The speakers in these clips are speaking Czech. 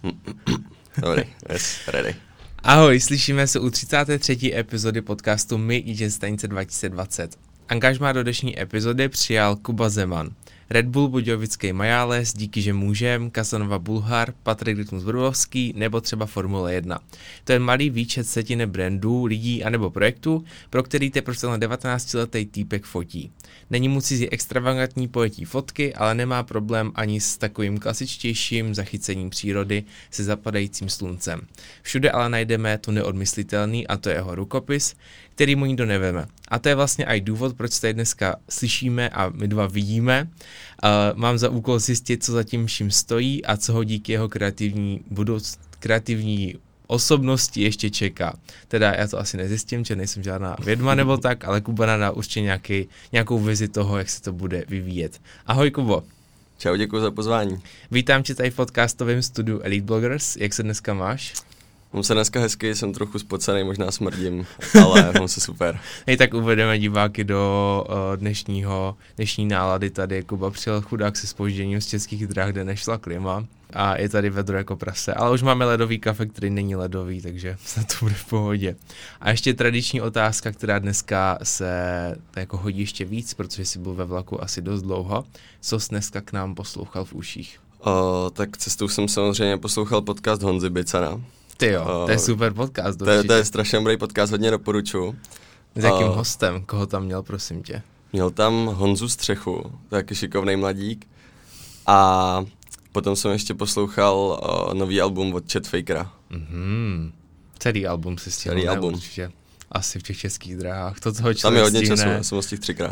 Dobrý, yes, ready. Ahoj, slyšíme se u 33. epizody podcastu My dítě stanice 2020. Angažmá do dnešní epizody přijal Kuba Zeman. Red Bull Budějovický Majáles, Díky, že můžem, Casanova Bulhar, Patrik Rytmus Brudovský nebo třeba Formule 1. To je malý výčet setiny brandů, lidí anebo projektů, pro který teprve 19letý týpek fotí. Není mu cizí extravagantní pojetí fotky, ale nemá problém ani s takovým klasičtějším zachycením přírody se zapadajícím sluncem. Všude ale najdeme to neodmyslitelný a to je jeho rukopis, který mu nikdo neveme. A to je vlastně i důvod, proč se tady dneska slyšíme a my dva vidíme. Mám za úkol zjistit, co za tím vším stojí a co ho díky jeho kreativní osobnosti ještě čeká. Teda já to asi nezjistím, že nejsem žádná vědma nebo tak, ale Kuba nadá určitě nějakou vizi toho, jak se to bude vyvíjet. Ahoj Kubo. Čau, děkuji za pozvání. Vítám tě tady v podcastovém studiu Elite Bloggers. Jak se dneska máš? Mám se dneska hezky, jsem trochu spocený, možná smrdím, ale mám se super. Hej, tak uvedeme diváky do dnešní nálady tady. Kuba přijel chudák se zpožděním z Českých drah, kde nešla klima a je tady vedro jako prase. Ale už máme ledový kafe, který není ledový, takže se to bude v pohodě. A ještě tradiční otázka, která dneska se jako hodí ještě víc, protože jsi byl ve vlaku asi dost dlouho. Co jsi dneska k nám poslouchal v uších? Tak cestou jsem samozřejmě poslouchal podcast Honzy Bicana. Ty jo, to je super podcast. To je strašně dobrý podcast, hodně doporučuji. S jakým hostem? Koho tam měl, prosím tě? Měl tam Honzu Střechu, taky šikovnej mladík. A potom jsem ještě poslouchal nový album od Chet Fakera. Mm-hmm. Celý album si stihl. Celý album. Určitě. Asi v těch Českých dráhách. To toho člověk tam je hodně stihne. času, jsem ho stihl 3krát.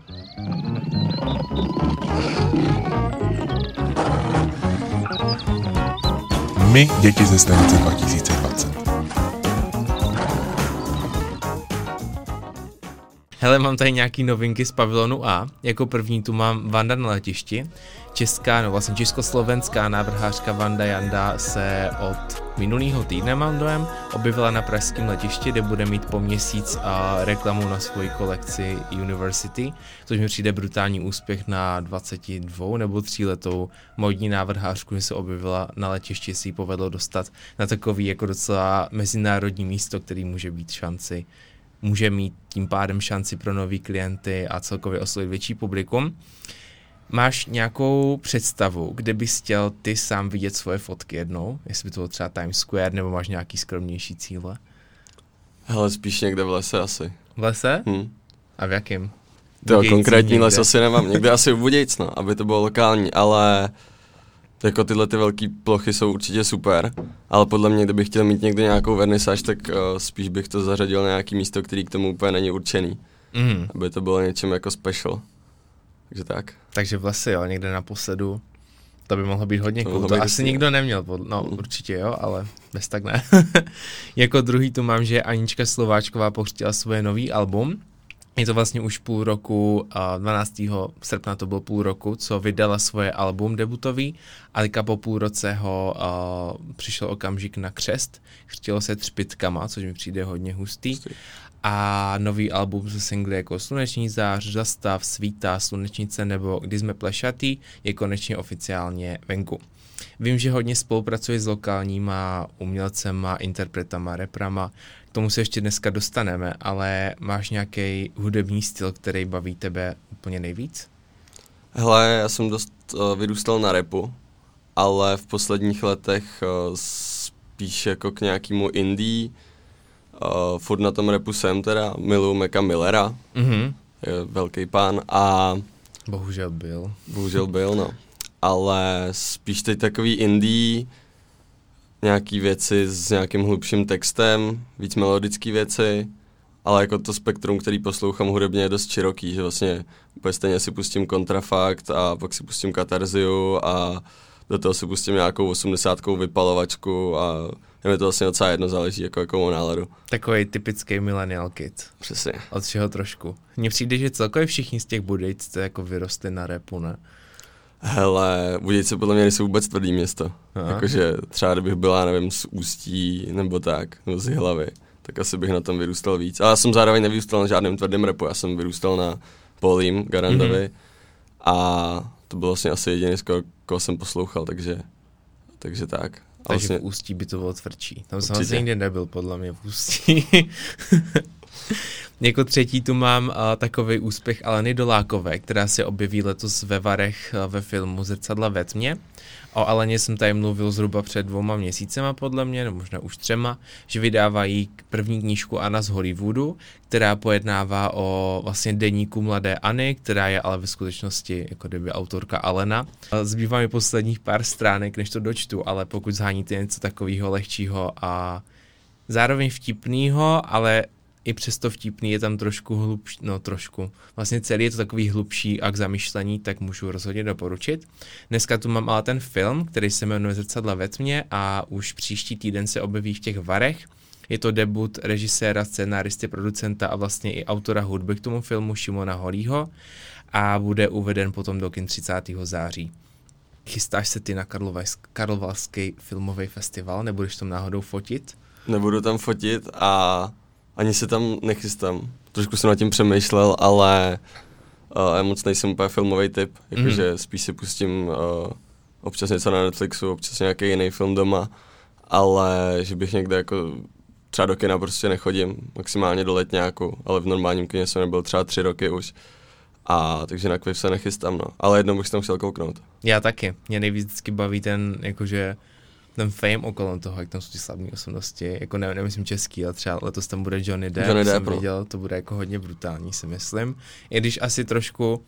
My, děti ze stanice 2020. Hele, mám tady nějaký novinky z pavilonu A. Jako první tu mám Vanda na letišti. Československá návrhářka Vanda Janda se od minulého týdne, mám dojem, objevila na pražském letišti, kde bude mít po měsíc reklamu na svoji kolekci University, což mi přijde brutální úspěch na 22 nebo 3 letou módní návrhářku, že se objevila na letišti, si ji povedlo dostat na takový jako docela mezinárodní místo, který může mít tím pádem šanci pro nový klienty a celkově oslovit větší publikum. Máš nějakou představu, kde bys chtěl ty sám vidět svoje fotky jednou? Jestli by to bylo třeba Times Square, nebo máš nějaký skromnější cíle? Hele, spíš někde v lese asi. V lese? A v jakém? To konkrétní les asi nemám, někde asi u Budějc, no, aby to bylo lokální, ale jako tyhle ty velké plochy jsou určitě super, ale podle mě, kdybych chtěl mít někde nějakou vernisáž, tak spíš bych to zařadil na nějaký místo, který k tomu úplně není určený. Aby to bylo něčem jako special. Takže tak. Takže v lese, jo, někde naposledy. To by mohlo být hodně cool. To asi nikdo neměl, určitě jo, ale bez tak ne. Jako druhý tu mám, že Anička Slováčková pohřtila svoje nový album. Je to vlastně už půl roku, 12. srpna to bylo půl roku, co vydala svoje album debutový, a teďka po půl roce přišel okamžik na křest. Chřtilo se Třpitkama, což mi přijde hodně hustý. A nový album se singly jako Sluneční zář, Zastav, Svítá, Slunečnice nebo Kdy jsme plešatý je konečně oficiálně venku. Vím, že hodně spolupracuje s lokálníma umělcema, interpretama, reprama. K tomu se ještě dneska dostaneme, ale máš nějaký hudební styl, který baví tebe úplně nejvíc? Hele, já jsem dost vyrůstal na rapu, ale v posledních letech spíš jako k nějakému indie. Furt na tom rapu jsem teda, miluju Maca Millera, je velký pán a... Bohužel byl, no. Ale spíš teď takový indie, nějaký věci s nějakým hlubším textem, víc melodický věci, ale jako to spektrum, který poslouchám hudebně, je dost široký, že vlastně úplně stejně si pustím kontrafakt a pak si pustím katarziu a do toho si pustím nějakou 80kovou vypalovačku a je mi to vlastně docela jedno, záleží jakou náladu. Takový typický millennial kid. Přesně. Od všeho trošku. Mně přijde, že celkově všichni z těch Budějc jste jako vyrostli na rapu, ne? Hele, Budějce podle mě nejsou vůbec tvrdý město. Jakože třeba kdybych byla, nevím, z Ústí nebo tak, nebo z Jihlavy, tak asi bych na tom vyrůstal víc. Ale já jsem zároveň nevyrůstal na žádném tvrdém rapu, já jsem vyrůstal na Polím, Garandovi a to bylo vlastně asi jediný, koho jsem poslouchal, takže tak. Takže vlastně v Ústí by to bylo tvrdší. Tam jsem vlastně nikdy nebyl, podle mě, v Ústí. Jako třetí tu mám takový úspěch Aleny Dolákové, která se objeví letos ve Varech ve filmu Zrcadla ve tmě. O Aleně jsem tady mluvil zhruba před 2 měsícema podle mě, nebo možná už 3, že vydávají první knížku Anna z Hollywoodu, která pojednává o vlastně deníku mladé Anny, která je ale ve skutečnosti jako kdyby autorka Alena. Zbývá mi posledních pár stránek, než to dočtu, ale pokud zháníte něco takového lehčího a zároveň vtipného, ale i přesto vtipný, je tam trošku hlubší, vlastně celý je to takový hlubší a k zamyšlení, tak můžu rozhodně doporučit. Dneska tu mám ale ten film, který se jmenuje Zrcadla ve tmě a už příští týden se objeví v těch Varech. Je to debut režiséra, scénáristy, producenta a vlastně i autora hudby k tomu filmu Šimona Holího a bude uveden potom do kin 30. září. Chystáš se ty na Karlovarský filmový festival, nebudeš tam náhodou fotit? Nebudu tam fotit a ani se tam nechystám. Trošku jsem nad tím přemýšlel, ale já moc nejsem úplně filmový typ, jakože spíš si pustím občas něco na Netflixu, občas nějaký jiný film doma, ale že bych někde jako třeba do kina prostě nechodím, maximálně do letňáku, ale v normálním kině jsem nebyl třeba 3 roky už. A takže na Quiff se nechystám, no. Ale jednou bych tam chtěl kouknout. Já taky. Mě nejvíc vždycky baví ten, jakože ten fame okolo toho, jak tam jsou ty slavné osobnosti, jako nemyslím český, ale třeba letos tam bude Johnny Depp, jsem viděl, to bude jako hodně brutální, si myslím. I když asi trošku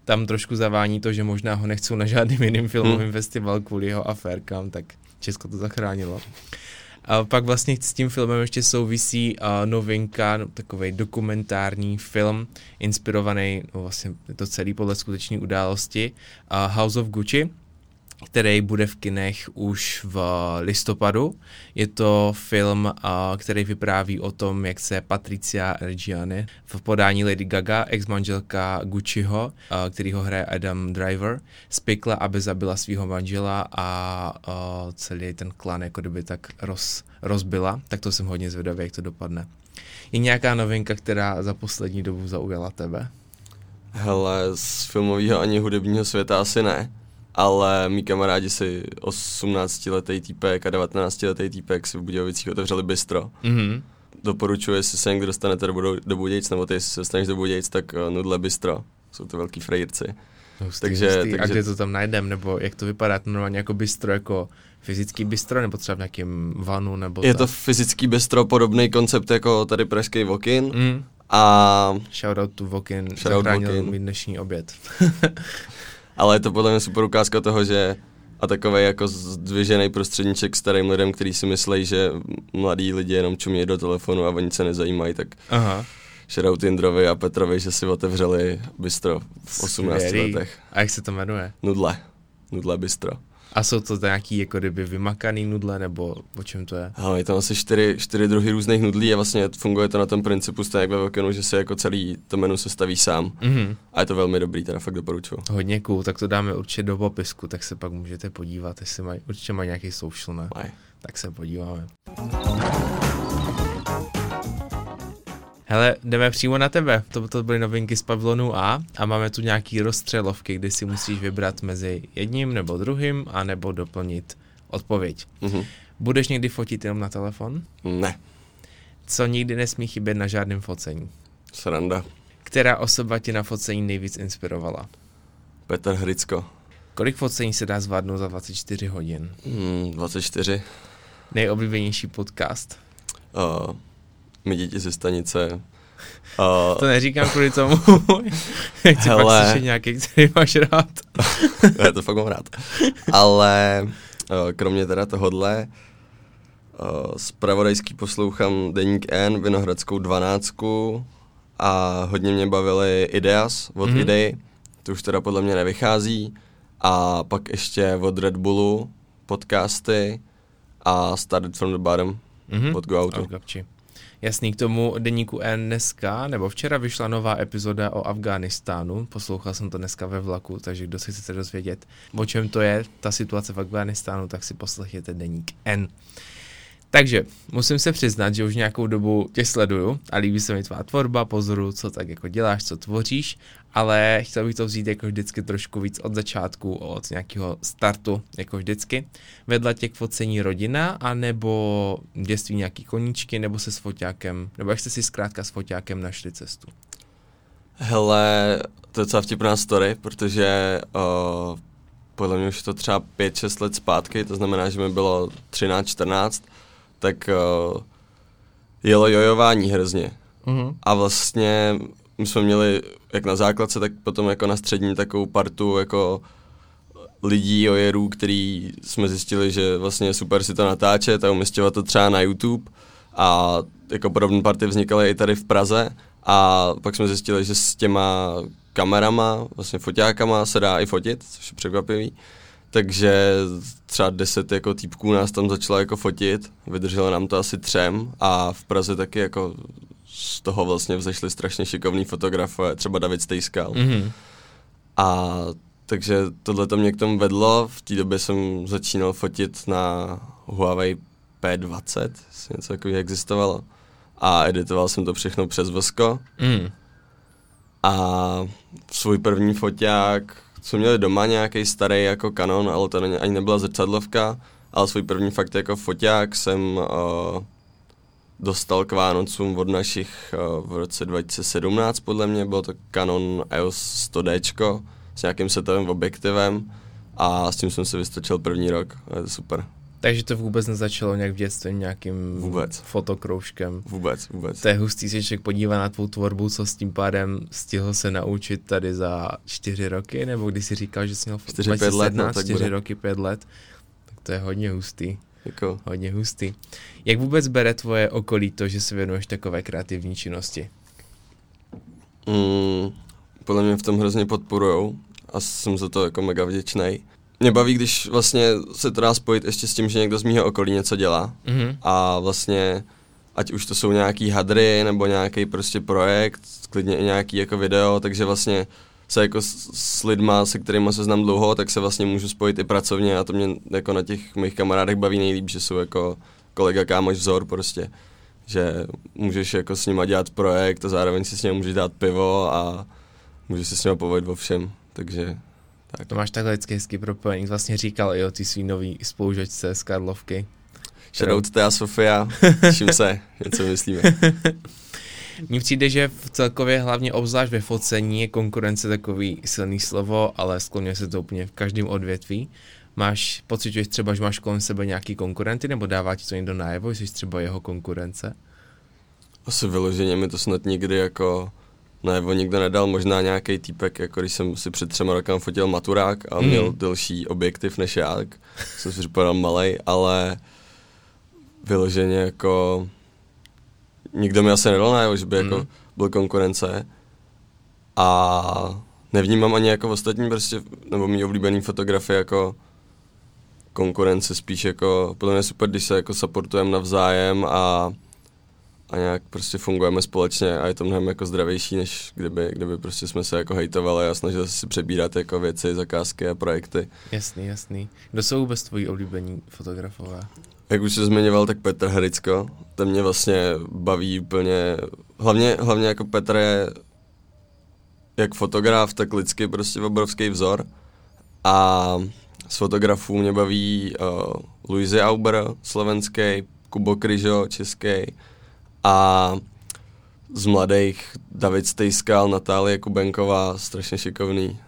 zavání to, že možná ho nechcou na žádným jiným filmovým festival kvůli jeho aférkám, tak Česko to zachránilo. A pak vlastně s tím filmem ještě souvisí novinka, takovej dokumentární film, inspirovaný, vlastně to celý podle skutečné události, House of Gucci, který bude v kinech už v listopadu. Je to film, který vypráví o tom, jak se Patricia Reggiani v podání Lady Gaga, ex-manželka Gucciho, který ho hraje Adam Driver, spikla, aby zabila svého manžela a celý ten klan jako kdyby tak rozbila. Tak to jsem hodně zvědavý, jak to dopadne. Je nějaká novinka, která za poslední dobu zaujala tebe? Hele, z filmového ani hudebního světa asi ne. Ale mý kamarádi si 18letý týpek a 19letý týpek si v Budějovicích otevřeli bistro. Doporučuji, jestli se někdo dostanete do Budějic, nebo ty, jestli se dostaneš do Budějic, tak Nudle bistro. Jsou to velký frejírci. Takže a kde to tam najdem, nebo jak to vypadá? To normálně jako bistro, jako fyzický bistro, nebo třeba v nějakém vanu, nebo je to fyzický bistro, podobný koncept jako tady pražský Vokin. A shoutout to Vokin, zachránil mi dnešní oběd. Ale je to podle mě super ukázka toho, že a takovej jako zdvižený prostředníček starým lidem, kteří si myslí, že mladí lidi jenom čumějí do telefonu a oni se nezajímají, tak shoutout Jindrovi a Petrovi, že si otevřeli bistro v 18 letech. A jak se to jmenuje? Nudle bistro. A jsou to nějaký jako kdyby vymakaný nudle, nebo o čem to je? Je tam asi 4 druhy různých nudlí a vlastně funguje to na tom principu stejně jak ve Vokenu, že se jako celý to menu sestaví sám. A je to velmi dobrý, teda fakt doporučuji. Hodně cool, tak to dáme určitě do popisku, tak se pak můžete podívat, jestli určitě mají nějaký social, ne? Tak se podíváme. Hele, jdeme přímo na tebe. To byly novinky z pavilonu A a máme tu nějaký rozstřelovky, kdy si musíš vybrat mezi jedním nebo druhým a nebo doplnit odpověď. Budeš někdy fotit jenom na telefon? Ne. Co nikdy nesmí chybět na žádném focení? Sranda. Která osoba tě na focení nejvíc inspirovala? Petr Hricko. Kolik focení se dá zvládnout za 24 hodin? 24. Nejoblíbenější podcast? My děti ze stanice. To neříkám kvůli tomu. Chci pak slyšet nějaký, který máš rád. Já to fakt mám rád. Ale kromě teda tohodle zpravodajský poslouchám Deník N, Vinohradskou 12 a hodně mě bavily Ideas od Idei. To už teda podle mě nevychází. A pak ještě od Red Bullu podcasty a Started from the Bottom od Go Outu. Jasný, k tomu Deníku N dneska, nebo včera vyšla nová epizoda o Afghánistánu, poslouchal jsem to dneska ve vlaku, takže kdo se chcete dozvědět, o čem to je, ta situace v Afghánistánu, tak si poslechněte Deník N. Takže musím se přiznat, že už nějakou dobu tě sleduju a líbí se mi tvá tvorba, pozoruju, co tak jako děláš, co tvoříš, ale chtěl bych to vzít jako vždycky trošku víc od začátku, od nějakého startu, jako vždycky. Vedla tě k focení rodina, anebo dětství nějaký koníčky, nebo se s foťákem, nebo jak jste si zkrátka s foťákem našli cestu? Hele, to je docela vtipná story, protože podle mě už je to třeba 5-6 let zpátky, to znamená, že mi bylo 13-14, tak jelo jojování hrozně. A vlastně my jsme měli jak na základce, tak potom jako na střední takovou partu jako lidí, jojerů, který jsme zjistili, že vlastně je super si to natáčet a umisťovat to třeba na YouTube. A jako podobné party vznikaly i tady v Praze. A pak jsme zjistili, že s těma kamerama, vlastně foťákama se dá i fotit, což je překvapivý. Takže třeba 10 jako týpků nás tam začalo jako fotit, vydrželo nám to asi 3 a v Praze taky jako z toho vlastně vzešli strašně šikovný fotografové, třeba David Stejskal. A takže tohle to mě k tomu vedlo, v té době jsem začínal fotit na Huawei P20, něco takového existovalo. A editoval jsem to všechno přes Vosko. A svůj první foťák jsme měli doma nějaký starý jako Canon, ale to ani nebyla zrcadlovka, ale svůj první fakt jako foťák jsem dostal k Vánocům od našich v roce 2017 podle mě, bylo to Canon EOS 100D s nějakým setovým objektivem a s tím jsem se vystačil první rok, je to super. Takže to vůbec nezačalo nějak v dětství nějakým fotokroužkem? Vůbec. To je hustý, se člověk podívá na tvou tvorbu, co s tím pádem stihl se naučit tady za 4 roky, nebo když jsi říkal, že jsi měl 4-5 let, no, 4 roky, 5 let, tak to je hodně hustý. Jako. Hodně hustý. Jak vůbec bere tvoje okolí to, že se věnuješ takové kreativní činnosti? Podle mě v tom hrozně podporujou a jsem za to jako mega vděčnej. Mě baví, když vlastně se to dá spojit ještě s tím, že někdo z mýho okolí něco dělá. A vlastně, ať už to jsou nějaký hadry, nebo nějaký prostě projekt, klidně i nějaký jako video, takže vlastně se jako s lidma, se kterými se znám dlouho, tak se vlastně můžu spojit i pracovně a to mě jako na těch mých kamarádech baví nejlíp, že jsou jako kolega, kámoš, vzor prostě. Že můžeš jako s nima dělat projekt a zároveň si s nimi můžeš dát pivo a můžeš se s nima povědět o všem, takže... Tak. To máš takhle hezký propojení. Vlastně říkal i o ty svý nový spolužačce z Karlovky. Shoutout Tea Sofia, čím se, něco myslíme. Mně přijde, že v celkově hlavně obzvlášť ve focení je konkurence takový silný slovo, ale skloňuje se to úplně v každém odvětví. Máš pocit, že třeba, že máš kolem sebe nějaký konkurenty, nebo dává ti to někdo najevo, že jsi třeba jeho konkurence? Asi vyloženě mi to snad nikdy jako najevo nikdo nedal, možná nějaký týpek, jako když jsem si před 3 roky fotil maturák a měl delší objektiv než já, tak jsem si připadal malej, ale vyloženě jako nikdo mi asi nedal najevo, že by jako byl konkurence a nevnímám ani jako ostatní prostě, nebo mý oblíbený fotografie jako konkurence, spíš jako, podle mě super, když se jako supportujeme navzájem a nějak prostě fungujeme společně a je to mnohem jako zdravější, než kdyby prostě jsme se jako hejtovali a snažili se si přebírat jako věci, zakázky a projekty. Jasný. Kdo jsou vůbec tvoji oblíbení fotografové? Jak už jsi zmiňoval, tak Petr Hricko, ten mě vlastně baví úplně, hlavně jako Petr je jak fotograf, tak lidsky prostě obrovský vzor a z fotografů mě baví Luisi Auber, slovenský, Kubo Kryžo, český, a z mladých David Stejskal, Natálie Kubenková, strašně šikovný.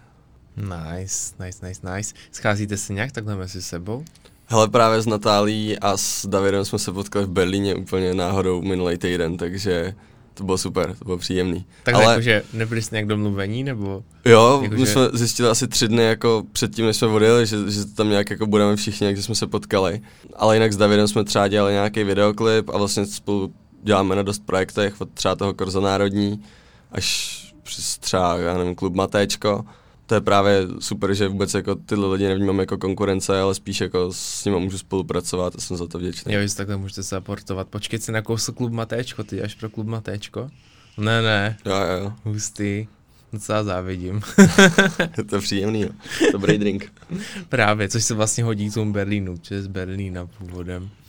Nice. Scházíte se nějak takhle mezi sebou? Hele, právě s Natálí a s Davidem jsme se potkali v Berlíně úplně náhodou minulý týden, takže to bylo super, to bylo příjemný. Takže jakože nebyli jste nějak domluvení, nebo? Jo, my jsme zjistili asi 3 dny jako předtím, než jsme odjeli, že tam nějak jako budeme všichni, jak jsme se potkali. Ale jinak s Davidem jsme třeba dělali nějaký videoklip a vlastně spolu děláme na dost projektech, od třeba toho Korzo Národní až přes třeba, já nevím, klub Matéčko. To je právě super, že vůbec jako tyhle lidi nevnímám jako konkurence, ale spíš jako s nimi můžu spolupracovat a jsem za to vděčný. Jo, jestli takhle můžete se aportovat. Počkej si na kousek klub Matéčko, ty až pro klub Matéčko? Ne. Jo. Hustý. Docela závidím. Je to příjemný, jo. Dobrý drink. Právě, což se vlastně hodí k tomu Berlínu, že je z Berlína původem.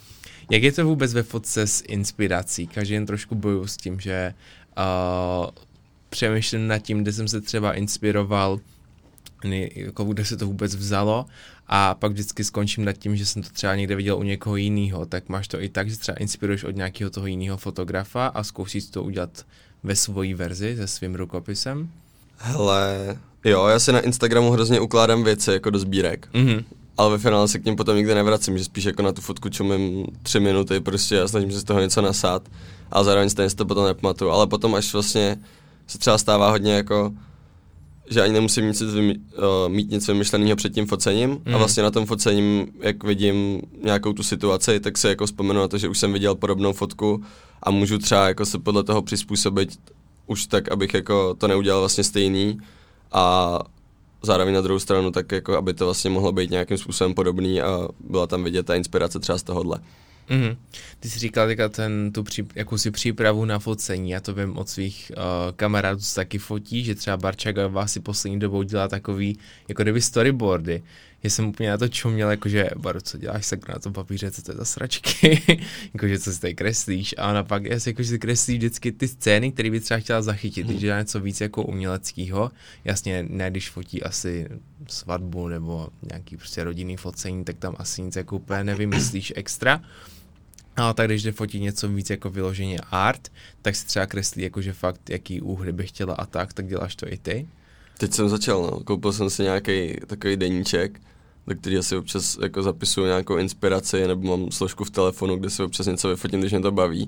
Jak je to vůbec ve fotce s inspirací? Každý jen trošku bojuju s tím, že přemýšlím nad tím, kde jsem se třeba inspiroval, jako kde se to vůbec vzalo a pak vždycky skončím nad tím, že jsem to třeba někde viděl u někoho jiného. Tak máš to i tak, že třeba inspiruješ od nějakého toho jiného fotografa a zkoušíš to udělat ve svojí verzi, se svým rukopisem? Hele, jo, já si na Instagramu hrozně ukládám věci jako do sbírek. Ale ve finále se k ním potom nikdy nevracím, že spíš jako na tu fotku čumím 3 minuty prostě a snažím se z toho něco nasát, ale zároveň stejně si to potom nepamatuju. Ale potom až vlastně se třeba stává hodně jako, že ani nemusím mít nic vymyšleného před tím focením a vlastně na tom focením, jak vidím nějakou tu situaci, tak se jako vzpomenu na to, že už jsem viděl podobnou fotku a můžu třeba jako se podle toho přizpůsobit už tak, abych jako to neudělal vlastně stejný a zároveň na druhou stranu tak jako, aby to vlastně mohlo být nějakým způsobem podobný a byla tam vidět ta inspirace třeba z tohohle. Ty jsi říkal teďka jakousi přípravu na focení, já to vím od svých kamarádů, co taky fotí, že třeba Barčagová si poslední dobou dělá takový, jako kdyby storyboardy. Já jsem úplně na to čuměl, jakože, Baru, co děláš sakra na tom papíře, co to je za sračky, jakože co si tady kreslíš a ona pak jakože si kreslí vždycky ty scény, které by třeba chtěla zachytit, když dělá něco víc jako uměleckého, jasně ne, když fotí asi svatbu nebo nějaký prostě rodinný focení, tak tam asi nic jako úplně nevymyslíš extra. Ale tak když jde fotit něco víc jako vyloženě art, tak si třeba kreslí jakože fakt, jaký úhly bych chtěla a tak děláš to i ty? Teď jsem začal, no. Koupil jsem si nějaký takový deníček, do kterého si občas jako zapisuju nějakou inspiraci, nebo mám složku v telefonu, kde si občas něco vyfotím, když mě to baví.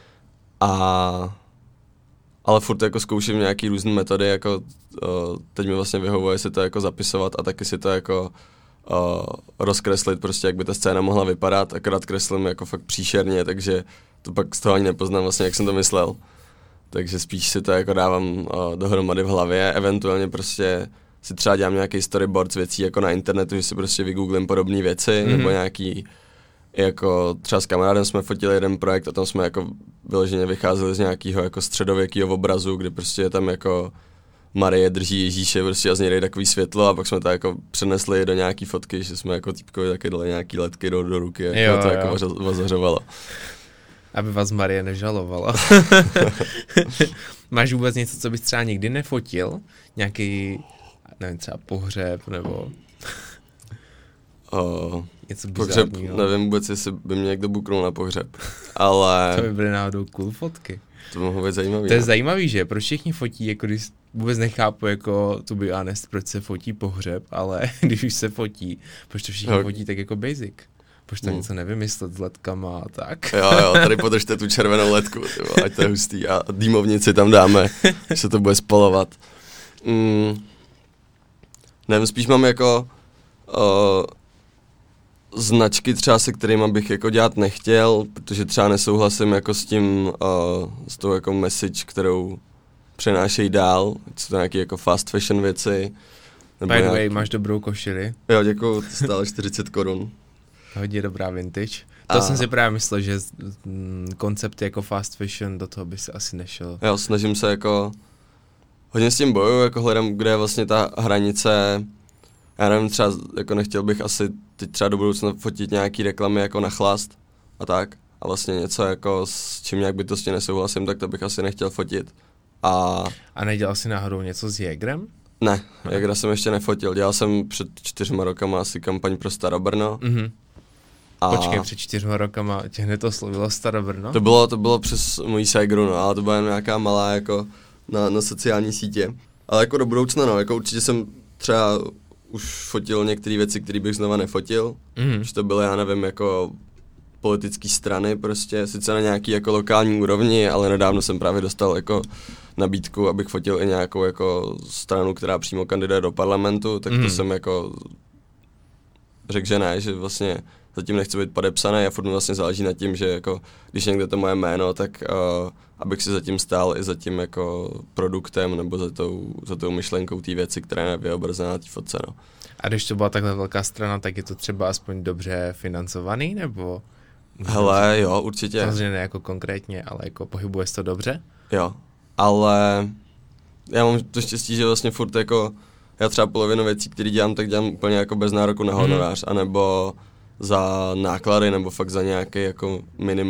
Ale furt jako zkouším nějaký různé metody, jako teď mi vlastně vyhovuje si to jako zapisovat a taky si to jako rozkreslit prostě, jak by ta scéna mohla vypadat, akorát kreslím jako fakt příšerně, takže to pak z toho ani nepoznám vlastně, jak jsem to myslel. Takže spíš si to jako dávám dohromady v hlavě, eventuálně prostě si třeba dělám nějaký storyboard z věcí jako na internetu, že si prostě vygooglím podobné věci, nebo nějaký, jako třeba s kamarádem jsme fotili jeden projekt a tam jsme jako vyloženě vycházeli z nějakého jako středověkého obrazu, kdy prostě je tam jako Marie drží Ježíše prostě a z něj jde takový světlo a pak jsme to jako přenesli do nějaký fotky, že jsme jako týpkovi taky dali nějaký letky do ruky a jako to jako ozařovalo. Aby vás Marie nežalovala. Máš vůbec něco, co bys třeba nikdy nefotil? Nějaký, nevím, třeba pohřeb, nebo něco bizarního? Nevím vůbec, jestli by mě někdo buknul na pohřeb, ale to by byly náhodou cool fotky. To mohlo být zajímavý. To je zajímavý, že? Proč všichni fotí, jako když vůbec nechápu, jako to be honest, proč se fotí pohřeb, ale když už se fotí, proč to všichni fotí tak jako basic? Proč tam něco nevymyslet s ledkama a tak? Jo, tady podržte tu červenou ledku, tyvo, ať to je hustý a dýmovnici tam dáme, že se to bude spalovat. Nevím, spíš mám jako značky třeba, se kterými bych jako dělat nechtěl, protože třeba nesouhlasím jako s tím, s tou jako message, kterou přenášejí dál, jsou to nějaké jako fast fashion věci. By the way, máš dobrou košili. Jo, děkuju, to stálo 40 korun. Hodně dobrá vintage. To jsem si právě myslel, že koncept jako fast fashion, do toho by se asi nešel. Jo, snažím se jako, hodně s tím bojuju, jako hledám, kde je vlastně ta hranice. Já nevím, třeba jako nechtěl bych asi teď třeba do budoucna fotit nějaký reklamy jako na chlast a tak. A vlastně něco jako s čím nějak bytostně nesouhlasím, tak to bych asi nechtěl fotit. A nedělal jsi náhodou něco s Jägerem? Ne, Jägera jsem ještě nefotil. Dělal jsem před 4 rokama asi kampaň pro Starobrno. Počkej, před 4 rokama tě hned oslovilo Starobrno? To bylo přes mojí ségru, no, ale to byla jen nějaká malá jako na sociální sítě. Ale jako do budoucna, no, jako určitě jsem třeba už fotil některé věci, které bych znova nefotil. Že to bylo, já nevím, jako politické strany prostě, sice na nějaký jako lokální úrovni, ale nedávno jsem právě dostal jako nabídku, abych fotil i nějakou jako stranu, která přímo kandiduje do parlamentu, tak to jsem jako řekl, že ne, že vlastně zatím nechci být podepsaný a furt mi vlastně záleží na tím, že jako, když někde to moje jméno, tak abych si zatím stál i za tím jako produktem nebo za tou myšlenkou té věci, která je vyobrazená na té fotce, no. A když to byla takhle velká strana, tak je to třeba aspoň dobře financovaný, nebo? Hele, jo, určitě. Samozřejmě ne jako konkrétně, ale jako pohybuješ to dobře? Jo, ale já mám to štěstí, že vlastně furt jako, já třeba polovinu věcí, které dělám, tak dělám úplně jako bez nároku na honorář, anebo za náklady nebo fakt za nějaké jako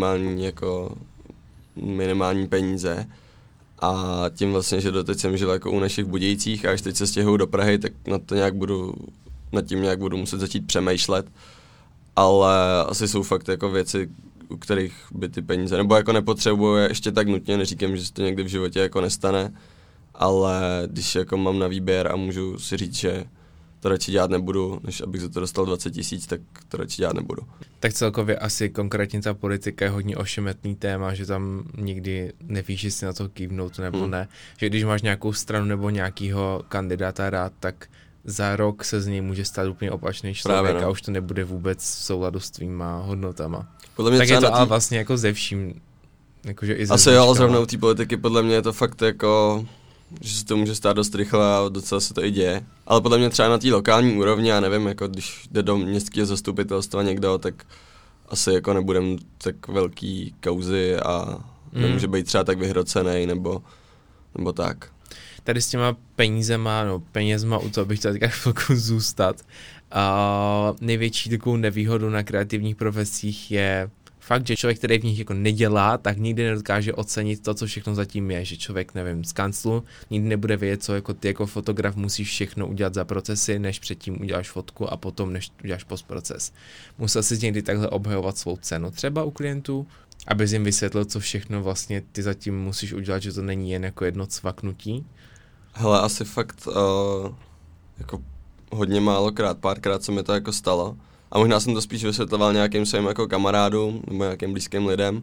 minimální peníze. A tím vlastně, že doteď jsem žil jako u našich Budějcích a až teď se stěhuju do Prahy, tak nad tím nějak budu muset začít přemýšlet. Ale asi jsou fakt jako věci, u kterých by ty peníze, nebo jako nepotřebuji ještě tak nutně, neříkám, že se to někdy v životě jako nestane, ale když jako mám na výběr a můžu si říct, že to radši dělat nebudu, než abych za to dostal 20 000, tak to radši dělat nebudu. Tak celkově asi konkrétně ta politika je hodně ošemetný téma, že tam nikdy nevíš, jestli na to kývnout nebo ne. Že když máš nějakou stranu nebo nějakýho kandidáta rád, tak za rok se z něj může stát úplně opačný člověk a už to nebude vůbec v souladu s tvýma hodnotama. Tak je to ale vlastně jako ze vším. Jakože i asi jo, ale zrovna u té politiky podle mě je to fakt jako, že se to může stát dost rychle a docela se to i děje. Ale podle mě třeba na té lokální úrovni, já nevím, jako když jde do městského zastupitelstva někdo, tak asi jako nebudem tak velký kauzy a nemůže být třeba tak vyhrocený nebo tak. Tady s těma penězma, u toho bych chtěl teďka chvilku zůstat. Největší takovou nevýhodu na kreativních profesích je fakt, že člověk, který v nich jako nedělá, tak nikdy nedokáže ocenit to, co všechno zatím je, že člověk, nevím, z kanclu nikdy nebude vědět, co jako ty jako fotograf musíš všechno udělat za procesy, než předtím uděláš fotku a potom než uděláš postproces. Musel si někdy takhle obhajovat svou cenu třeba u klientů, abys jim vysvětlil, co všechno vlastně ty zatím musíš udělat, že to není jen jako jedno cvaknutí. Hele, asi fakt jako hodně málokrát, párkrát se mi to jako stalo. A možná jsem to spíš vysvětloval nějakým svým jako kamarádům nebo nějakým blízkým lidem.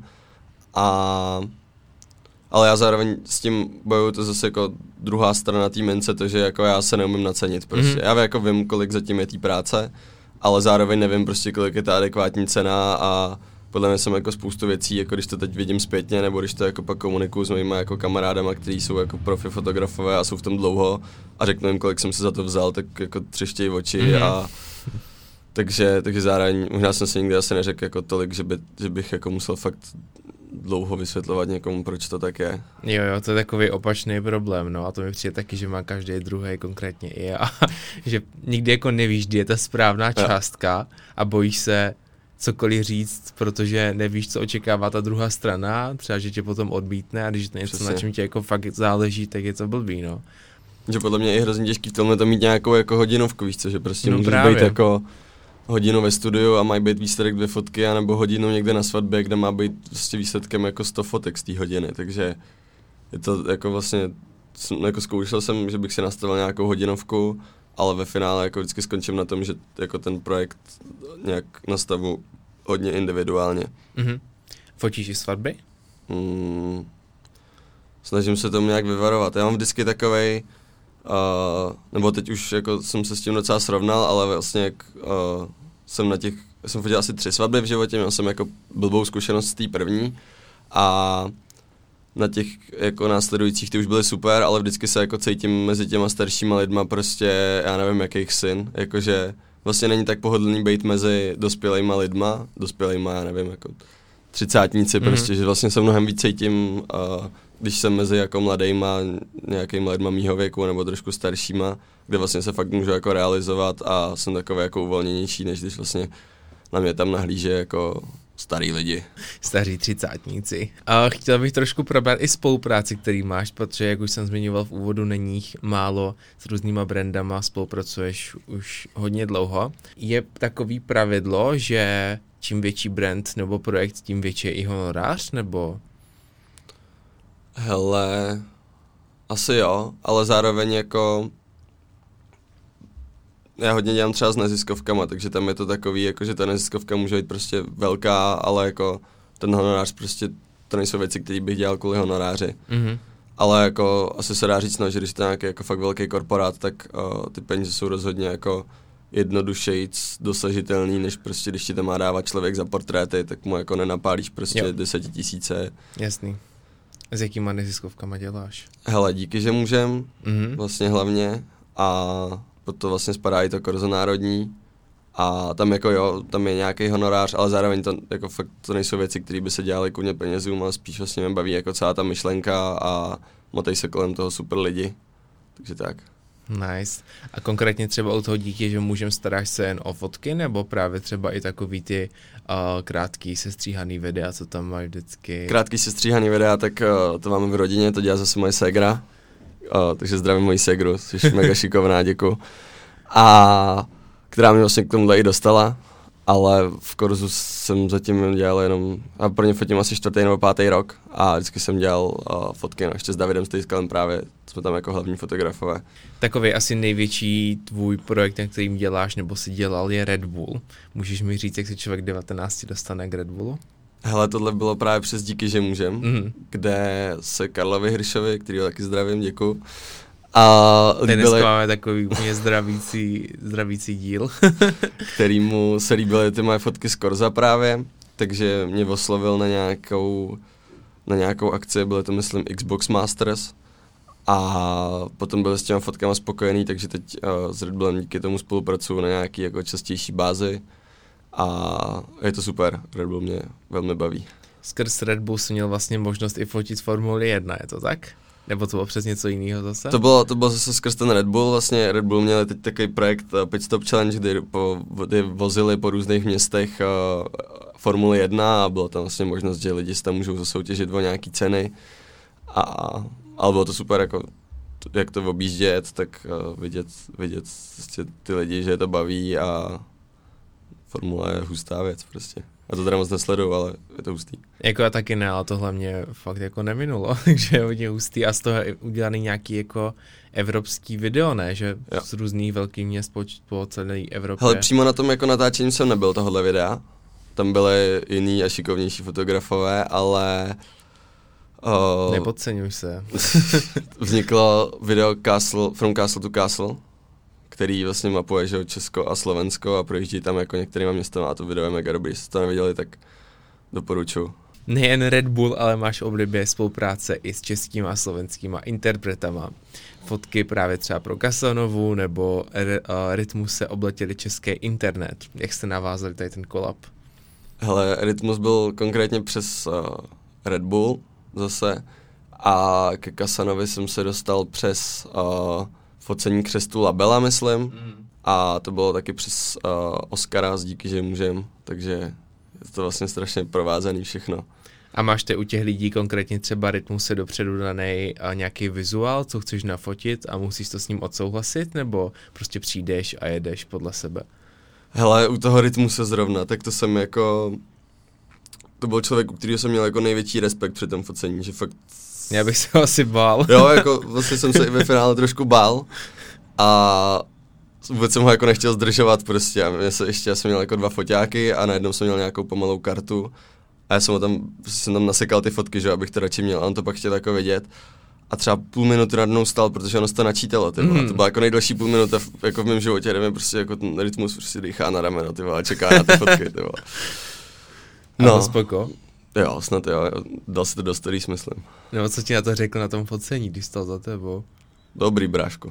Ale já zároveň s tím bojuju, to zase jako druhá strana té mince, to, že jako já se neumím nacenit prostě. Já jako vím, kolik zatím je té práce, ale zároveň nevím prostě, kolik je ta adekvátní cena a podle mě jsem jako spoustu věcí, jako když to teď vidím zpětně, nebo když to jako pak komunikuju s mojima jako kamarádama, kteří jsou jako profi fotografové a jsou v tom dlouho a řeknu jim, kolik jsem si za to vzal, tak jako třeštějí oči a takže zároveň možná jsem si nikdy asi neřekl jako tolik, že bych jako musel fakt dlouho vysvětlovat někomu, proč to tak je. Jo, to je takový opačný problém, no a to mi přijde taky, že má každý druhý, konkrétně i já, že nikdy jako nevíš, kdy je ta správná částka a bojíš se cokoliv říct, protože nevíš, co očekává ta druhá strana, třeba, že tě potom odmítne a když to něco, na čem tě jako fakt záleží, tak je to blbý, no. Že podle mě je hrozně těžký v tomhle to mít nějakou jako hodinovku, víš co, že prostě můžeš být jako hodinu ve studiu a mají být výsledek 2 fotky, anebo hodinu někde na svatbě, kde má být vlastně výsledkem jako 100 fotek z té hodiny, takže je to jako vlastně, jako zkoušel jsem, že bych si nastavil nějakou hodinovku, ale ve finále jako vždycky skončím na tom, že jako ten projekt nějak nastavu hodně individuálně. Fotíš i svatby? Snažím se tomu nějak vyvarovat. Já mám vždycky takovej, nebo teď už jako jsem se s tím docela srovnal, ale vlastně jak jsem fotil asi 3 svatby v životě, měl jsem jako blbou zkušenost z té první a na těch jako následujících ty už byly super, ale vždycky se jako cítím mezi těma staršíma lidma prostě, já nevím, jakých syn, jakože vlastně není tak pohodlný být mezi dospělejma lidma, já nevím, jako 30tníci prostě, že vlastně se mnohem víc cítím, když jsem mezi jako mladejma, nějakýma lidma mýho věku nebo trošku staršíma, kde vlastně se fakt můžu jako realizovat a jsem takový jako uvolněnější, než když vlastně na mě tam nahlíže jako starý lidi. Staří 30tníci. A chtěl bych trošku probrat i spolupráci, který máš, protože, jak už jsem zmiňoval v úvodu, není jich málo, s různýma brandama spolupracuješ už hodně dlouho. Je takový pravidlo, že čím větší brand nebo projekt, tím větší je i honorář, nebo? Hele, asi jo, ale zároveň jako já hodně dělám třeba s neziskovkama, takže tam je to takový, jako že ta neziskovka může být prostě velká, ale jako ten honorář prostě, to nejsou věci, které bych dělal kvůli honoráři. Ale jako asi se dá říct, no, že když to je nějaký jako fakt velký korporát, tak ty peníze jsou rozhodně jako jednodušejc dosažitelný, než prostě když ti to má dávat člověk za portréty, tak mu jako nenapálíš prostě 10 000. Jasný. S jakýma neziskovkama děláš? Hele, díky, že můžem, vlastně hlavně, a pod to vlastně spadá i to Korzo národní a tam jako jo, tam je nějaký honorář, ale zároveň to jako fakt to nejsou věci, které by se dělaly kvůli penězům, ale spíš vlastně mě baví jako celá ta myšlenka a motej se kolem toho super lidi, takže tak. Nice. A konkrétně třeba u toho díky, že můžeme staráš se jen o fotky, nebo právě třeba i takový ty krátký sestříhaný videa, co tam mají vždycky? Krátký sestříhaný videa, tak to máme v rodině, to dělá zase moje ségra, takže zdravím moji ségru, jsi mega šikovná, děkuju. A která mě vlastně k tomuhle i dostala, ale v Korzu jsem zatím dělal jenom, a pro ně fotím asi 4. nebo 5. rok a vždycky jsem dělal fotky, no, ještě s Davidem Stejskalem právě, jsme tam jako hlavní fotografové. Takový asi největší tvůj projekt, na kterým děláš nebo si dělal, je Red Bull. Můžeš mi říct, jak se člověk 19 dostane k Red Bullu? Hele, tohle bylo právě přes Díky, že můžem, kde se Karlovi Hršovi, kterýho taky zdravím, děkuju. A dneska máme takový úplně zdravící díl. Kterýmu se líbily ty moje fotky z Korza právě, takže mě oslovil na nějakou akci, bylo to myslím Xbox Masters. A potom byl s těma fotkama spokojený, takže teď s Red Bullem díky tomu spolupracuju na nějaký jako častější bázi. A je to super, Red Bull mě velmi baví. Skrz Red Bull jsi měl vlastně možnost i fotit Formuli 1, je to tak? Nebo to bylo přes něco jiného zase? To bylo zase skrz ten Red Bull, vlastně Red Bull měli teď takový projekt Pit Stop Challenge, kdy vozili po různých městech Formuli 1 a bylo tam vlastně možnost, že lidi se tam můžou zasoutěžit o nějaký ceny. Ale bylo to super, jako jak to objíždět, tak vidět prostě ty lidi, že je to baví a Formule je hustá věc prostě. A to teda moc nesleduju, ale je to hustý. Jako já taky ne, ale tohle mě fakt jako neminulo, takže je hodně hustý a z toho je udělaný nějaký jako evropský video, ne? Že jo. Z různých velkých měst po celé Evropě. Hele, přímo na tom jako natáčení jsem nebyl tohohle videa. Tam byly jiný a šikovnější fotografové, ale nepodceňuj se. Vzniklo video From Castle to Castle, který vlastně mapuje, že Česko a Slovensko a projíždí tam jako některýma městama a to video je mega dobrý. Jestli to neviděli, tak doporučuji. Nejen Red Bull, ale máš oblibě spolupráce i s českýma a slovenskýma interpretama. Fotky právě třeba pro Casanovu nebo Rytmus se obletěli český internet. Jak jste navázali tady ten kolab? Hele, Rytmus byl konkrétně přes Red Bull zase a ke Casanovi jsem se dostal přes focení křestu Labela, myslím. A to bylo taky přes Oskara z Díky, že můžem, takže je to vlastně strašně provázaný všechno. A máš ty u těch lidí konkrétně třeba Rytmus se dopředu danej nějaký vizuál, co chceš nafotit a musíš to s ním odsouhlasit, nebo prostě přijdeš a jedeš podle sebe? Hele, u toho Rytmuse zrovna, tak to jsem jako... To byl člověk, u kterého jsem měl jako největší respekt při tom focení, že fakt... Já bych se asi bál. Jo, jako vlastně jsem se i ve finále trošku bál a vůbec jsem ho jako nechtěl zdržovat prostě a já jsem měl jako 2 foťáky a najednou jsem měl nějakou pomalou kartu a já jsem tam nasekal ty fotky, že abych to radši měl a on to pak chtěl jako vidět a třeba půl minuty nad mnou stál, protože ono se to načítalo, to byla jako nejdelší půl minuta jako v mém životě, kde mi prostě jako ten Rytmus prostě dýchá na rameno, a čeká na ty fotky, No. A spoko? Jo, snad jo, dal si to do stories, myslím. Nebo co ti na to řekl na tom focení, když stál za tebou? Dobrý, bráško.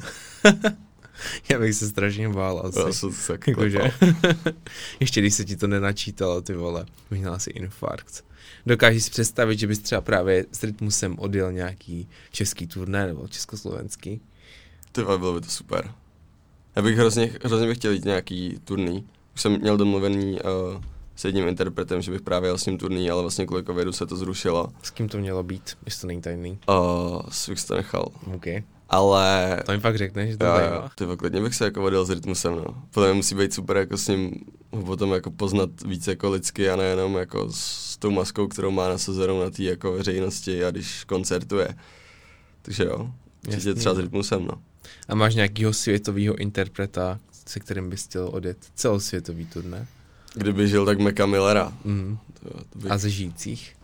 Já bych se strašně bál asi. Já jsem se jakože. Ještě když se ti to nenačítalo, ty vole, měl asi infarkt. Dokážeš si představit, že bys třeba právě s Rytmusem odjel nějaký český turné nebo československý? Tyva, bylo by to super. Já bych hrozně bych chtěl jít nějaký turný. Už jsem měl domluvený s jedním interpretem, že bych právě jel s ním turný, ale vlastně kvůli covidu se to zrušilo. S kým to mělo být, jestli to není tajný? Svých to nechal. Okay. Ale... To mi fakt řekneš, že to zajímá. Tyva, klidně bych se jako odjel s Rytmusem, no. Podle mě musí být super jako s ním potom jako poznat víc jako lidsky a nejenom jako s tou maskou, kterou má nasazenou na té jako veřejnosti a když koncertuje. Takže jo, určitě třeba s Rytmusem, no. A máš nějakýho světového interpreta, se kterým bys chtěl odjet celosvětový turné? Kdyby žil, tak Meka Millera. To bych... A ze žijících?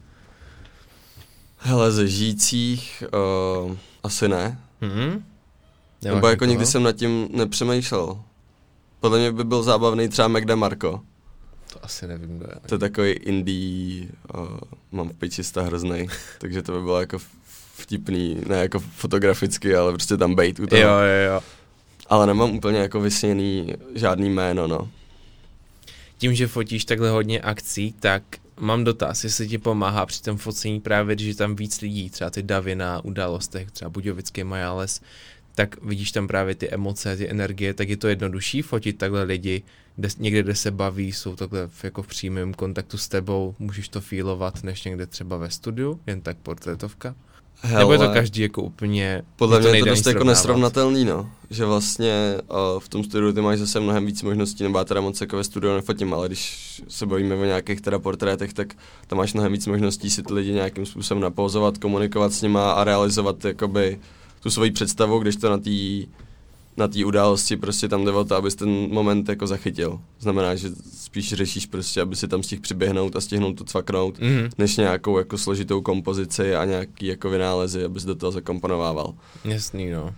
Hele, ze žijících asi ne. Nebo jako nikdy jsem nad tím nepřemýšlel. Podle mě by byl zábavný třeba Mac DeMarco. To asi nevím, kdo je. To je takový indie, mám v pičista hroznej, takže to by bylo jako vtipný, ne jako fotograficky, ale prostě tam bejt u toho. Jo. Ale nemám úplně jako vysněný žádný jméno, no. Tím, že fotíš takhle hodně akcí, tak mám dotaz, jestli ti pomáhá při tom focení právě, když je tam víc lidí, třeba ty davy na událostech, třeba Budějovický Majales, tak vidíš tam právě ty emoce, ty energie, tak je to jednodušší fotit takhle lidi, někde, kde se baví, jsou takhle jako v přímém kontaktu s tebou, můžeš to feelovat, než někde třeba ve studiu, jen tak portrétovka. Hele, nebo je to každý jako úplně... Podle mě je to dost jako nesrovnatelný, no. Že vlastně v tom studiu ty máš zase mnohem víc možností, nebo já teda moc jako ve studiu nefotím, ale když se bavíme o nějakých teda portrétech, tak tam máš mnohem víc možností si ty lidi nějakým způsobem napouzovat, komunikovat s nima a realizovat jakoby tu svoji představu, když to na té události prostě tam jde o to, abys ten moment jako zachytil. Znamená, že spíš řešíš prostě, aby si tam stihl přiběhnout a stihnout to cvaknout, než nějakou jako složitou kompozici a nějaký jako vynálezy, abys do toho zakomponovával. Jasný, no.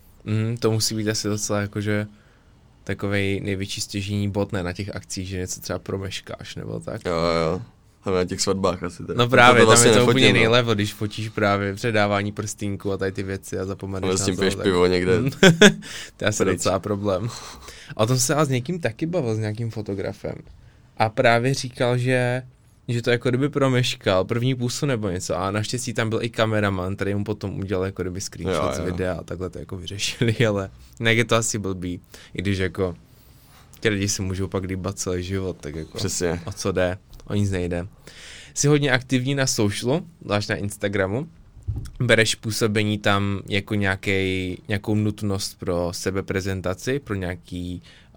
To musí být asi docela jakože takovej největší stěžení bod, ne, na těch akcích, že něco třeba promeškáš, nebo tak. Jo. Hlavně na těch svatbách asi. Tak. No právě, to vlastně tam je to úplně no. nejlevo, když fotíš právě předávání prstínku a tady ty věci a zapomeneš na to. S tím piješ pivo někde. To je asi docela problém. A o tom se s někým taky bavil, s nějakým fotografem. A právě říkal, že to jako kdyby promeškal první půlku nebo něco a naštěstí tam byl i kameraman, který mu potom udělal jako kdyby screenshot z videa a takhle to jako vyřešili, ale jinak je to asi blbý, i když jako ti lidi si můžou pak líbat celý život, tak jako přesně. O co jde, o nic nejde. Jsi hodně aktivní na socialu, zvlášť na Instagramu, bereš působení tam jako nějakou nutnost pro sebeprezentaci, pro nějaký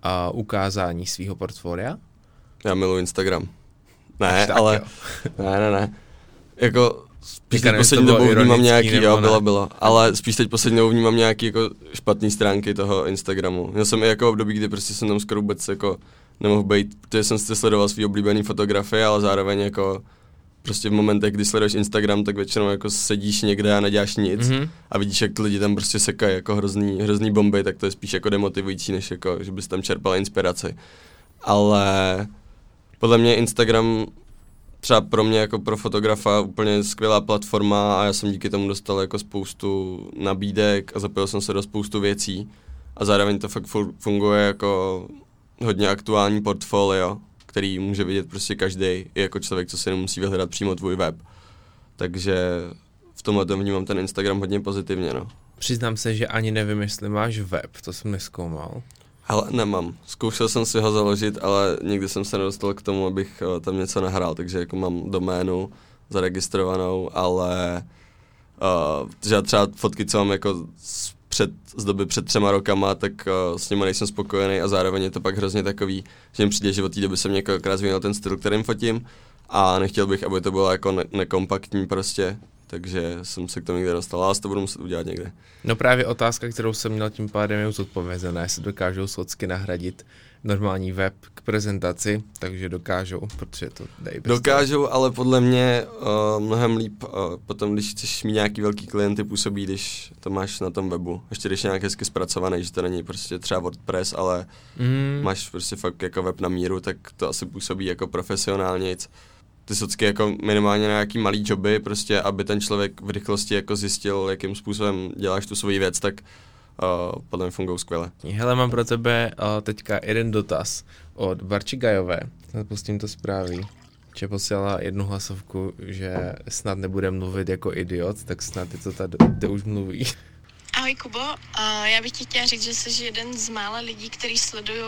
ukázání svého portfolia? Já miluji Instagram. Ne, ale... Ne. Jako spíš teď poslední dobou vnímám nějaký, bylo. Ale spíš teď poslední dobou vnímám nějaký jako špatný stránky toho Instagramu. Měl jsem i jako období, kdy prostě jsem tam skoro vůbec jako nemohl být, protože jsem si sledoval svý oblíbený fotografie, ale zároveň jako prostě v momentech, kdy sleduješ Instagram, tak většinou jako sedíš někde a neděláš nic a vidíš, jak ty lidi tam prostě sekají jako hrozný bomby, tak to je spíš jako demotivující, než jako, že bys tam čerpal inspiraci. Ale podle mě Instagram třeba pro mě jako pro fotografa úplně skvělá platforma a já jsem díky tomu dostal jako spoustu nabídek a zapojil jsem se do spoustu věcí a zároveň to fakt funguje jako hodně aktuální portfolio, který může vidět prostě každý, i jako člověk, co si nemusí vyhledat přímo tvůj web. Takže v tomhle tom vnímám ten Instagram hodně pozitivně, no. Přiznám se, že ani nevím, jestli máš web, to jsem nezkoumal. Ale nemám. Zkoušel jsem si ho založit, ale nikdy jsem se nedostal k tomu, abych tam něco nahrál, takže jako mám doménu zaregistrovanou, ale že třeba fotky, co mám jako z doby před 3 rokama, tak s nimi nejsem spokojený a zároveň je to pak hrozně takový, že mi přijde, že od té doby jsem několikrát změnil ten styl, kterým fotím a nechtěl bych, aby to bylo jako nekompaktní prostě, takže jsem se k tomu někde dostal, ale to budu muset udělat někde. No právě otázka, kterou jsem měl tím pádem je už odpovězená, jestli dokážou socky nahradit normální web k prezentaci, takže dokážou, protože to dají bez dokážou, toho. Ale podle mě mnohem líp potom, když chceš mít nějaký velký klienty, působí, když to máš na tom webu. Ještě když je nějak hezky zpracovaný, že to není prostě třeba WordPress, ale máš prostě fakt jako web na míru, tak to asi působí jako profesionálnějc. Ty socky jako minimálně na nějaký malý joby, prostě aby ten člověk v rychlosti jako zjistil, jakým způsobem děláš tu svoji věc, tak podle mě fungují skvěle. Hele, mám pro tebe teďka jeden dotaz od Barči Gajové. Pustím to zprávy. Že posílala jednu hlasovku, že snad nebude mluvit jako idiot, tak snad je to tady už mluví. Ahoj Kubo, já bych ti chtěla říct, že jsi jeden z mála lidí, který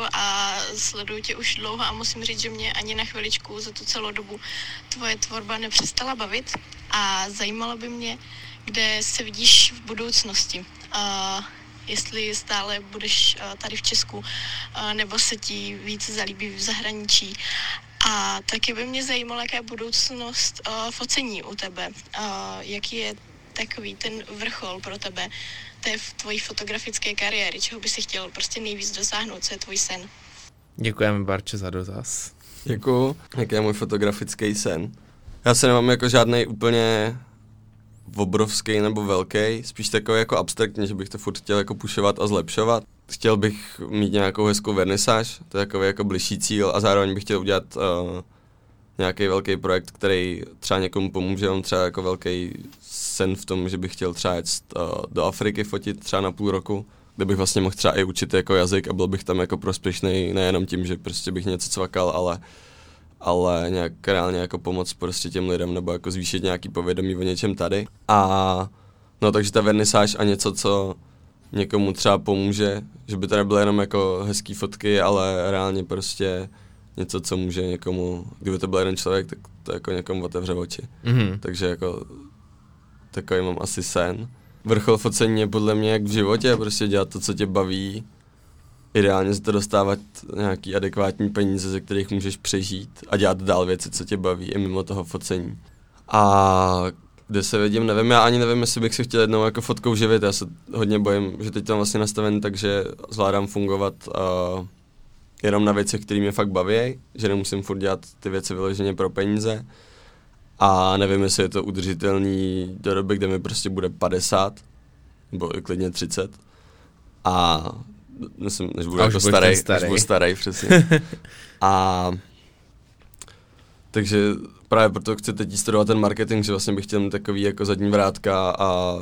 sleduju tě už dlouho a musím říct, že mě ani na chviličku za tu celou dobu tvoje tvorba nepřestala bavit a zajímalo by mě, kde se vidíš v budoucnosti. Jestli stále budeš tady v Česku, nebo se ti víc zalíbí v zahraničí. A taky by mě zajímala, jaká je budoucnost focení u tebe. Jaký je takový ten vrchol pro tebe té v tvojí fotografické kariéry, čeho by si chtěl prostě nejvíc dosáhnout, co je tvůj sen? Děkujeme, Barče, za dotaz. Děkuju. Jaký je můj fotografický sen? Já se nemám jako žádnej úplně obrovský nebo velký, spíš takový jako abstraktní, že bych to furt chtěl jako pušovat a zlepšovat. Chtěl bych mít nějakou hezkou vernisáž, to je takový jako bližší cíl a zároveň bych chtěl udělat nějaký velký projekt, který třeba někomu pomůže, on třeba jako velký sen v tom, že bych chtěl třeba jet do Afriky fotit třeba na půl roku, kde bych vlastně mohl třeba i učit jako jazyk a byl bych tam jako prospěšný nejenom tím, že prostě bych něco cvakal, ale nějak reálně jako pomoct prostě těm lidem nebo jako zvýšit nějaký povědomí o něčem tady. A no takže ta vernisáž a něco, co někomu třeba pomůže, že by to nebyly jenom jako hezký fotky, ale reálně prostě něco, co může někomu, kdyby to byl jeden člověk, tak to jako někomu otevře oči. Takže jako takový mám asi sen. Vrchol focení je podle mě jak v životě, prostě dělat to, co tě baví, ideálně se to dostávat nějaký adekvátní peníze, ze kterých můžeš přežít a dělat dál věci, co tě baví i mimo toho focení. A kde se vidím, nevím, já ani nevím, jestli bych si chtěl jednou jako fotkou živit, já se hodně bojím, že teď tam vlastně nastaven, takže zvládám fungovat jenom na věcech, které mě fakt baví, že nemusím furt dělat ty věci vyloženě pro peníze a nevím, jestli je to udržitelný do doby, kde mi prostě bude 50 nebo klidně 30 a myslím, než budu jako starý, přesně. A takže právě proto chci teď studovat ten marketing, že vlastně bych chtěl mít takový jako zadní vrátka a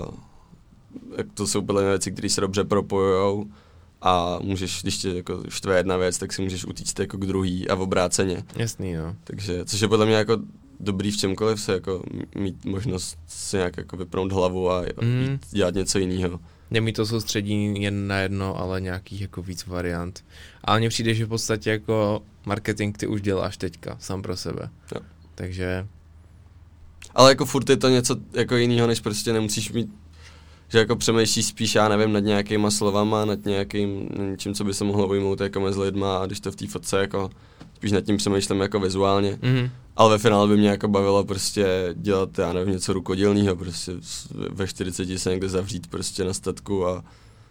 to jsou podle mě věci, které se dobře propojujou a můžeš, když tě jako štve jedna věc, tak si můžeš utíct jako k druhý a v obráceně. Jasný, no. Takže, což je podle mě jako dobrý v čemkoliv se jako mít možnost si nějak jako vypnout hlavu a dělat něco jiného. Nemít to soustředí jen na jedno, ale nějakých jako víc variant. Ale mně přijde, že v podstatě jako marketing ty už děláš teďka, sám pro sebe. Jo. Takže... Ale jako furt je to něco jako jiného, než prostě nemusíš mít, že jako přemýšlíš spíš, já nevím, nad nějakýma slovama, nad něčím, co by se mohlo ujmout jako mezi lidma a když to v té fotce jako spíš nad tím přemýšlím jako vizuálně. Ale ve finále by mě jako bavilo prostě dělat, já nevím, něco rukodělného, prostě ve 40 se někde zavřít prostě na statku a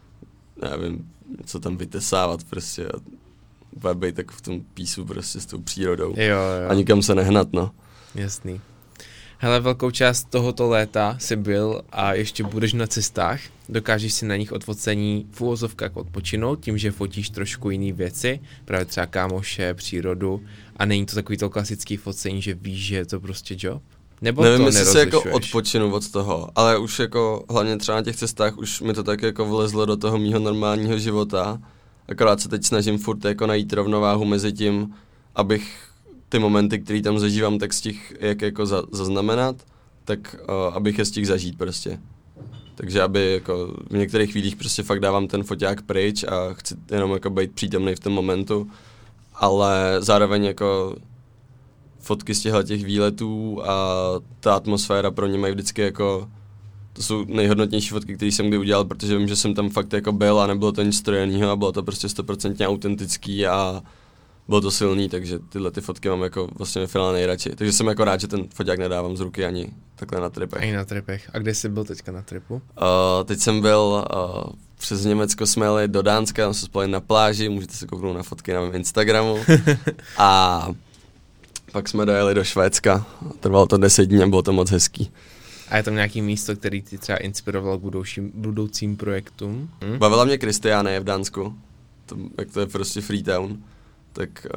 nevím, co tam vytesávat prostě a být tak v tom písu prostě s tou přírodou. Jo. A nikam se nehnat, no. Jasný. Hele, velkou část tohoto léta jsi byl a ještě budeš na cestách. Dokážeš si na nich od focení v uvozovkách odpočinout tím, že fotíš trošku jiný věci, právě třeba kámoše, přírodu a není to takový to klasický focení, že víš, že je to prostě job? Nebo nevím, jestli se jako odpočinu od toho, ale už jako hlavně třeba na těch cestách už mi to tak jako vlezlo do toho mýho normálního života. Akorát se teď snažím furt jako najít rovnováhu mezi tím, abych ty momenty, které tam zažívám, tak stihl jak jako zaznamenat, tak abych je stihl zažít prostě. Takže aby jako v některých chvílích prostě fakt dávám ten foťák pryč a chci jenom jako být přítomný v tom momentu, ale zároveň jako fotky z těch výletů a ta atmosféra pro ně mají vždycky jako, to jsou nejhodnotnější fotky, které jsem kdy udělal, protože vím, že jsem tam fakt jako byl a nebylo to nic strojenýho a bylo to prostě 100% autentický a bylo to silný, takže tyhle ty fotky mám jako vlastně ve finále nejradši. Takže jsem jako rád, že ten foťák nedávám z ruky ani takhle na tripech. Ani na tripech. A kde jsi byl teďka na tripu? Teď jsem byl, přes Německo jsme jeli do Dánska, tam se spali na pláži, můžete se kouknout na fotky na mém Instagramu. A pak jsme dojeli do Švédska, trvalo to 10 dní a bylo to moc hezký. A je tam nějaký místo, který ty třeba inspiroval k budoucím projektům? Bavila mě Kristiána je v Dánsku, jak to je prostě Freetown, tak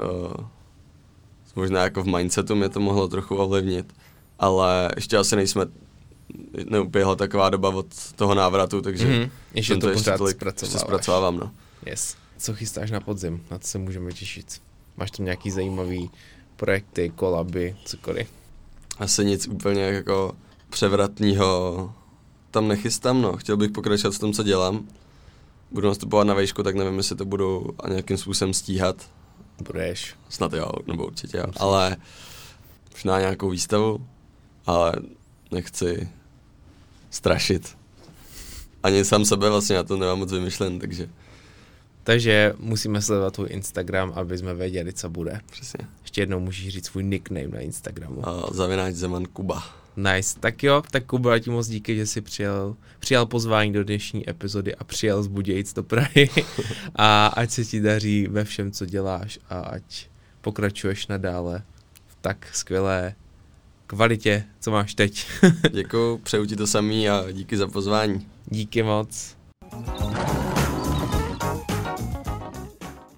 možná jako v mindsetu mě to mohlo trochu ovlivnit, ale ještě asi neupěhla taková doba od toho návratu, takže ještě to pořád zpracovávám. No. Yes. Co chystáš na podzim? Na co se můžeme těšit? Máš tam nějaký zajímavý projekty, kolaby, cokoliv? Asi nic úplně jako převratného tam nechystám, no. Chtěl bych pokračovat v tom, co dělám. Budu nastupovat na vejšku, tak nevím, jestli to budu nějakým způsobem stíhat. Budeš. Snad jo, nebo určitě jo. Ale možná nějakou výstavu, ale nechci strašit. Ani sám sebe vlastně, já to nemám moc vymyšlen, takže... Takže musíme sledovat tvůj Instagram, aby jsme věděli, co bude. Přesně. Ještě jednou můžeš říct svůj nickname na Instagramu. _Zeman Kuba. Nice. Tak jo, tak Kuba, já ti moc díky, že jsi přijal pozvání do dnešní epizody a přijel z Budějic do Prahy. A ať se ti daří ve všem, co děláš a ať pokračuješ nadále v tak skvělé kvalitě, co máš teď. Děkuju, přeju ti to samý a díky za pozvání. Díky moc.